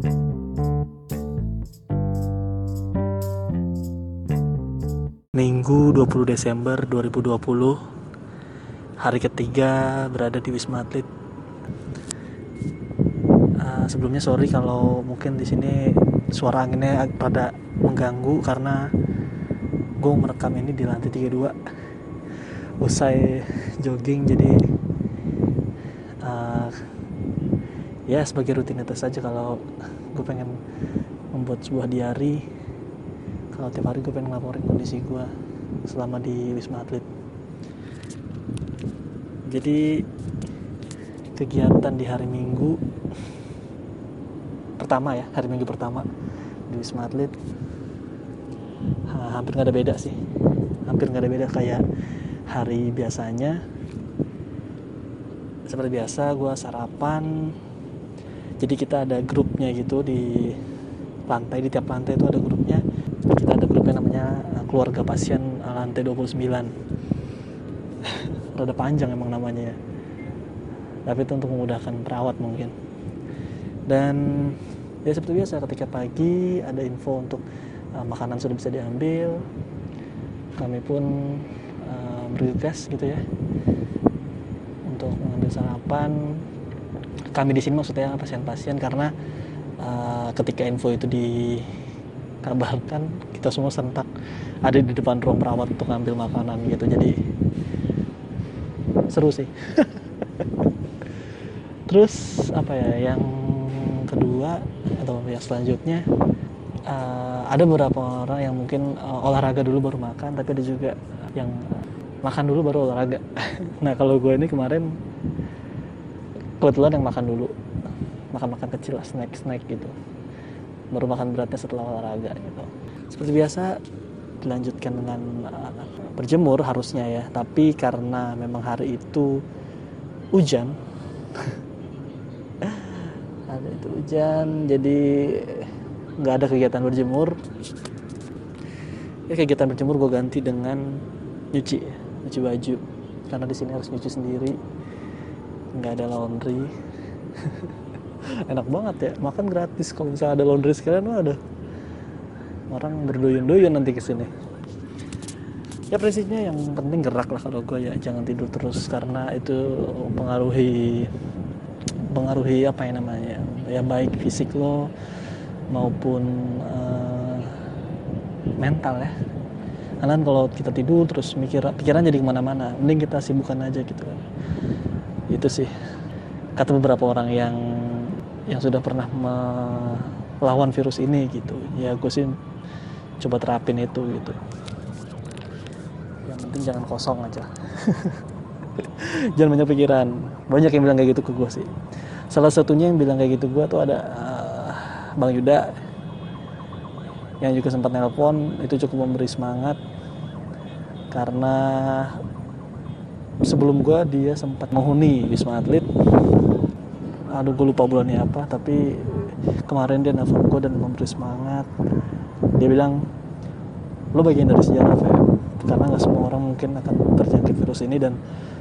Minggu 20 Desember 2020, hari ketiga berada di Wisma Atlet. Sebelumnya sorry kalau mungkin di sini suara anginnya pada mengganggu karena gue merekam ini di lantai 32 usai jogging, jadi ya sebagai rutinitas saja kalau gue pengen membuat sebuah diary. Kalau tiap hari gue pengen ngelaporin kondisi gue selama di Wisma Atlet. Jadi kegiatan di hari Minggu pertama ya, hari Minggu pertama di Wisma Atlet hampir gak ada beda sih. Hampir gak ada beda kayak hari biasanya. Seperti biasa gue sarapan. Jadi kita ada grupnya gitu di lantai, di tiap lantai itu ada grupnya. Kita ada grupnya namanya keluarga pasien lantai 29. Rada panjang emang namanya ya, tapi itu untuk memudahkan perawat mungkin. Dan ya seperti biasa ketika pagi ada info untuk makanan sudah bisa diambil, kami pun bergegas gitu ya untuk mengambil sarapan. Kami di sini maksudnya pasien-pasien, karena ketika info itu dikabarkan kita semua sentak ada di depan ruang perawat untuk ngambil makanan gitu. Jadi seru sih. Terus apa ya, yang kedua atau yang selanjutnya, ada beberapa orang yang mungkin olahraga dulu baru makan, tapi ada juga yang makan dulu baru olahraga. Nah kalau gue ini kemarin kebetulan yang makan dulu, makan kecil lah, snack gitu, baru makan beratnya setelah olahraga gitu. Seperti biasa dilanjutkan dengan berjemur harusnya ya, tapi karena memang hari itu hujan ada itu hujan, jadi nggak ada kegiatan berjemur. Ya kegiatan berjemur gue ganti dengan nyuci baju, karena di sini harus nyuci sendiri, nggak ada laundry. Enak banget ya, makan gratis kalau misalnya ada laundry sekalian. Ada orang berduyun-duyun nanti kesini. Ya prinsipnya yang penting gerak lah kalau gue ya, jangan tidur terus, karena itu pengaruhi apa ya namanya ya, baik fisik lo maupun mental ya. Karena kalau kita tidur terus pikiran jadi kemana-mana, mending kita sibukkan aja gitu kan. Itu sih kata beberapa orang yang sudah pernah melawan virus ini gitu. Ya gue sih coba terapin itu gitu. Yang penting jangan kosong aja. Jangan banyak pikiran. Banyak yang bilang kayak gitu ke gue sih. Salah satunya yang bilang kayak gitu gue tuh ada Bang Yuda, yang juga sempat nelpon. Itu cukup memberi semangat, karena sebelum gue dia sempat menghuni Wisma Atlet. Aduh gue lupa bulannya apa, tapi kemarin dia nelfon gue dan memberi semangat. Dia bilang, lo bagian dari sejarah Feb, karena gak semua orang mungkin akan terjangkit virus ini, dan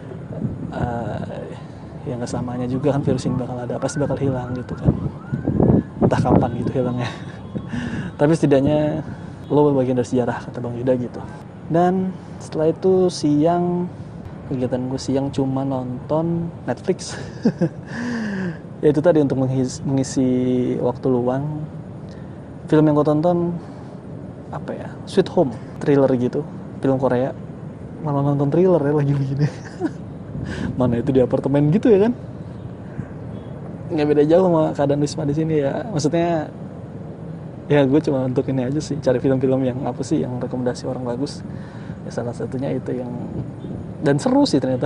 ya gak selamanya juga kan virus ini bakal ada, pasti bakal hilang gitu kan, entah kapan gitu hilangnya. Tapi setidaknya lo bagian dari sejarah, kata Bang Yuda gitu. Dan setelah itu siang, kegiatan gue siang cuma nonton Netflix. Ya itu tadi, untuk mengisi waktu luang. Film yang gue tonton apa ya, Sweet Home, thriller gitu, film Korea. Malah nonton thriller ya lagi begini. Mana itu di apartemen gitu ya kan, nggak beda jauh sama keadaan Wisma di sini ya. Maksudnya ya gue cuma untuk ini aja sih, cari film-film yang apa sih yang rekomendasi orang bagus ya, salah satunya itu yang, dan seru sih ternyata.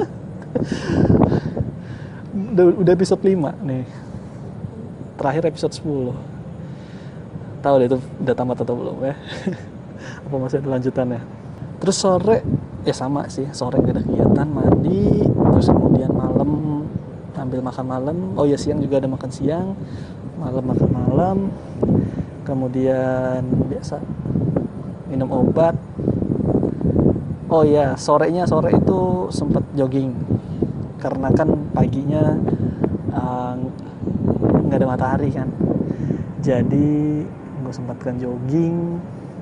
udah episode 5 nih, terakhir episode 10. Tahu deh itu udah tamat atau belum ya. Apa masih ada lanjutannya. Terus sore ya sama sih, sore gak ada kegiatan, mandi, terus kemudian malam ambil makan malam. Oh ya siang juga ada makan siang, malam makan malam, kemudian biasa minum obat. Oh ya, sore itu sempat jogging, karena kan paginya nggak ada matahari kan, Jadi gue sempatkan jogging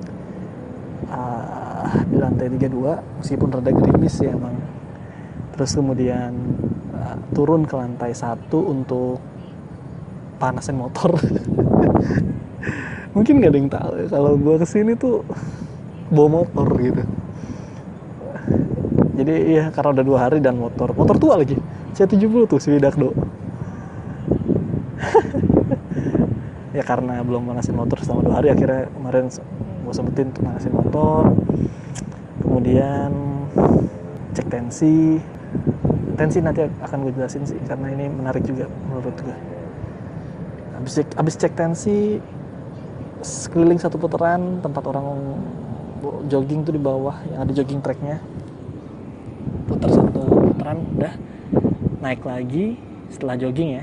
di lantai 32 meskipun rada gerimis ya emang. Terus kemudian turun ke lantai 1 untuk panasin motor. Mungkin gak ada yang tahu ya, kalau gue kesini tuh bawa motor gitu. Jadi ya karena udah 2 hari dan motor tua lagi, C70 tuh si Widakdo. Ya karena belum manasin motor selama 2 hari, akhirnya kemarin gue sempetin untuk manasin motor. Kemudian cek tensi nanti akan gue jelasin sih, karena ini menarik juga menurut gue. Abis cek tensi, keliling 1 putaran tempat orang jogging tuh di bawah yang ada jogging tracknya, putar 1 putaran udah naik lagi. Setelah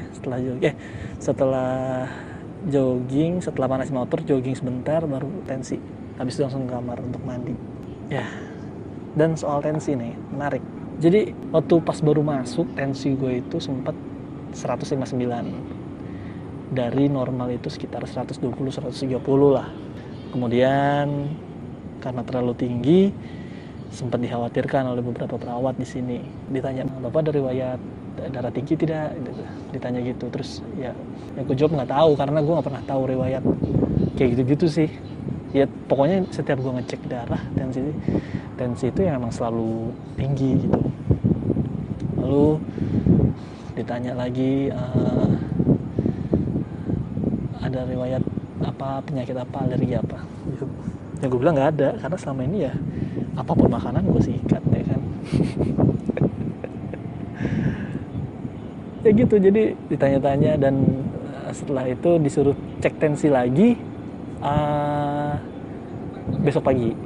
jogging, setelah panasin motor, jogging sebentar, baru tensi. Habis itu langsung ke kamar untuk mandi. Ya, dan soal tensi nih, menarik. Jadi waktu pas baru masuk, tensi gue itu sempat 159. Dari normal itu sekitar 120-130 lah. Kemudian karena terlalu tinggi, sempat dikhawatirkan oleh beberapa perawat di sini. Ditanya, "Bapak ada riwayat darah tinggi tidak?" Ditanya gitu. Terus ya gue jawab nggak tahu, karena gue nggak pernah tahu riwayat kayak gitu-gitu sih. Ya pokoknya setiap gue ngecek darah, tensi itu yang emang selalu tinggi gitu. Lalu ditanya lagi, ada riwayat apa, penyakit apa, alergi apa? Ya gue bilang nggak ada, karena selama ini ya apapun makanan gue sikat ya kan. Ya gitu, jadi ditanya-tanya, dan setelah itu disuruh cek tensi lagi besok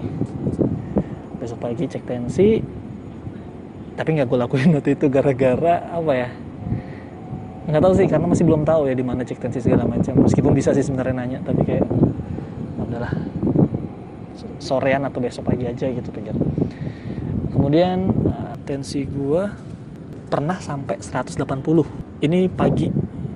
pagi cek tensi. Tapi nggak gue lakuin waktu itu gara-gara apa ya, nggak tahu sih, karena masih belum tahu ya di mana cek tensi segala macam. Meskipun bisa sih sebenarnya nanya, tapi kayak udahlah sorean atau besok pagi aja gitu pikir. Kemudian tensi gue pernah sampai 180. Ini pagi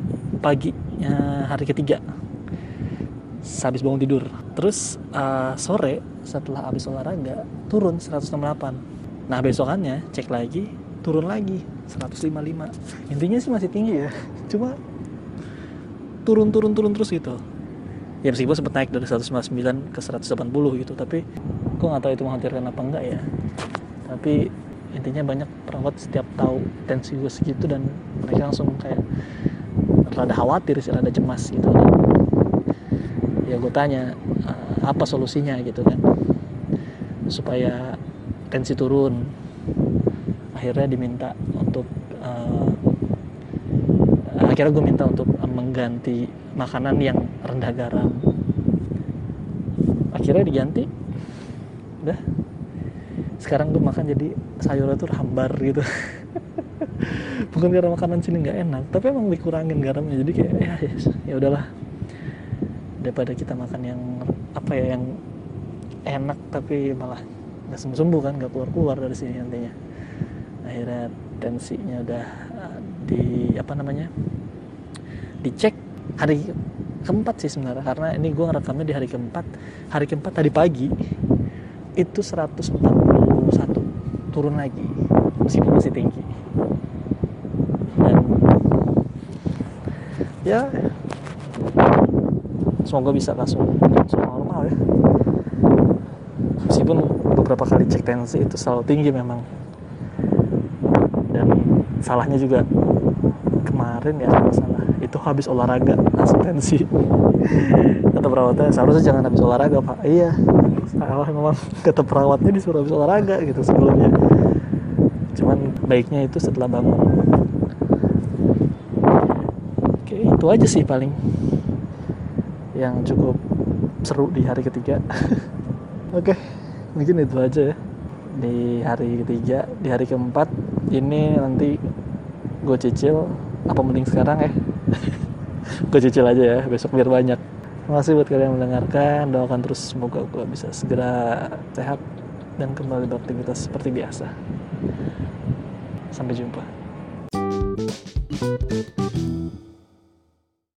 hari ketiga habis bangun tidur. Terus sore setelah habis olahraga turun 168. Nah besokannya cek lagi, turun lagi 155. Intinya sih masih tinggi ya, cuma turun terus gitu. Ya meskipun sempat naik dari 159 ke 180 gitu, tapi gue nggak tahu itu mengkhawatirkan apa enggak ya. Tapi intinya banyak perawat setiap tahu tensi gue segitu, dan mereka langsung kayak rada khawatir sih, rada cemas gitu kan. Ya gue tanya apa solusinya gitu kan supaya tensi turun. Akhirnya gue minta untuk mengganti makanan yang rendah garam. Akhirnya diganti. Udah. Sekarang gue makan jadi sayurnya tuh hambar gitu. Bukan karena makanan sini nggak enak, tapi emang dikurangin garamnya. Jadi kayak ya udahlah, daripada kita makan yang yang enak tapi malah nggak sembuh kan, nggak keluar dari sini nantinya. Akhirnya tensinya udah dicek hari keempat sih sebenarnya, karena ini gue ngerekamnya di hari keempat tadi pagi itu 141, turun lagi meskipun masih tinggi. Dan ya semoga bisa langsung normal ya. Meskipun beberapa kali cek tensi itu selalu tinggi memang. Dan salahnya juga kemarin ya, kalau salah itu habis olahraga langsung tensi. Kata perawatnya seharusnya jangan habis olahraga pak. Iya salah memang, kata perawatnya disuruh habis olahraga gitu sebelumnya. Cuman baiknya itu setelah bangun. Oke, itu aja sih paling yang cukup seru di hari ketiga. Oke, mungkin itu aja ya di hari ketiga. Di hari keempat ini nanti gue cicil, apa mending sekarang ya. Gue cicil aja ya, besok biar banyak. Makasih buat kalian yang mendengarkan. Doakan terus semoga gue bisa segera sehat dan kembali beraktivitas seperti biasa. Sampai jumpa.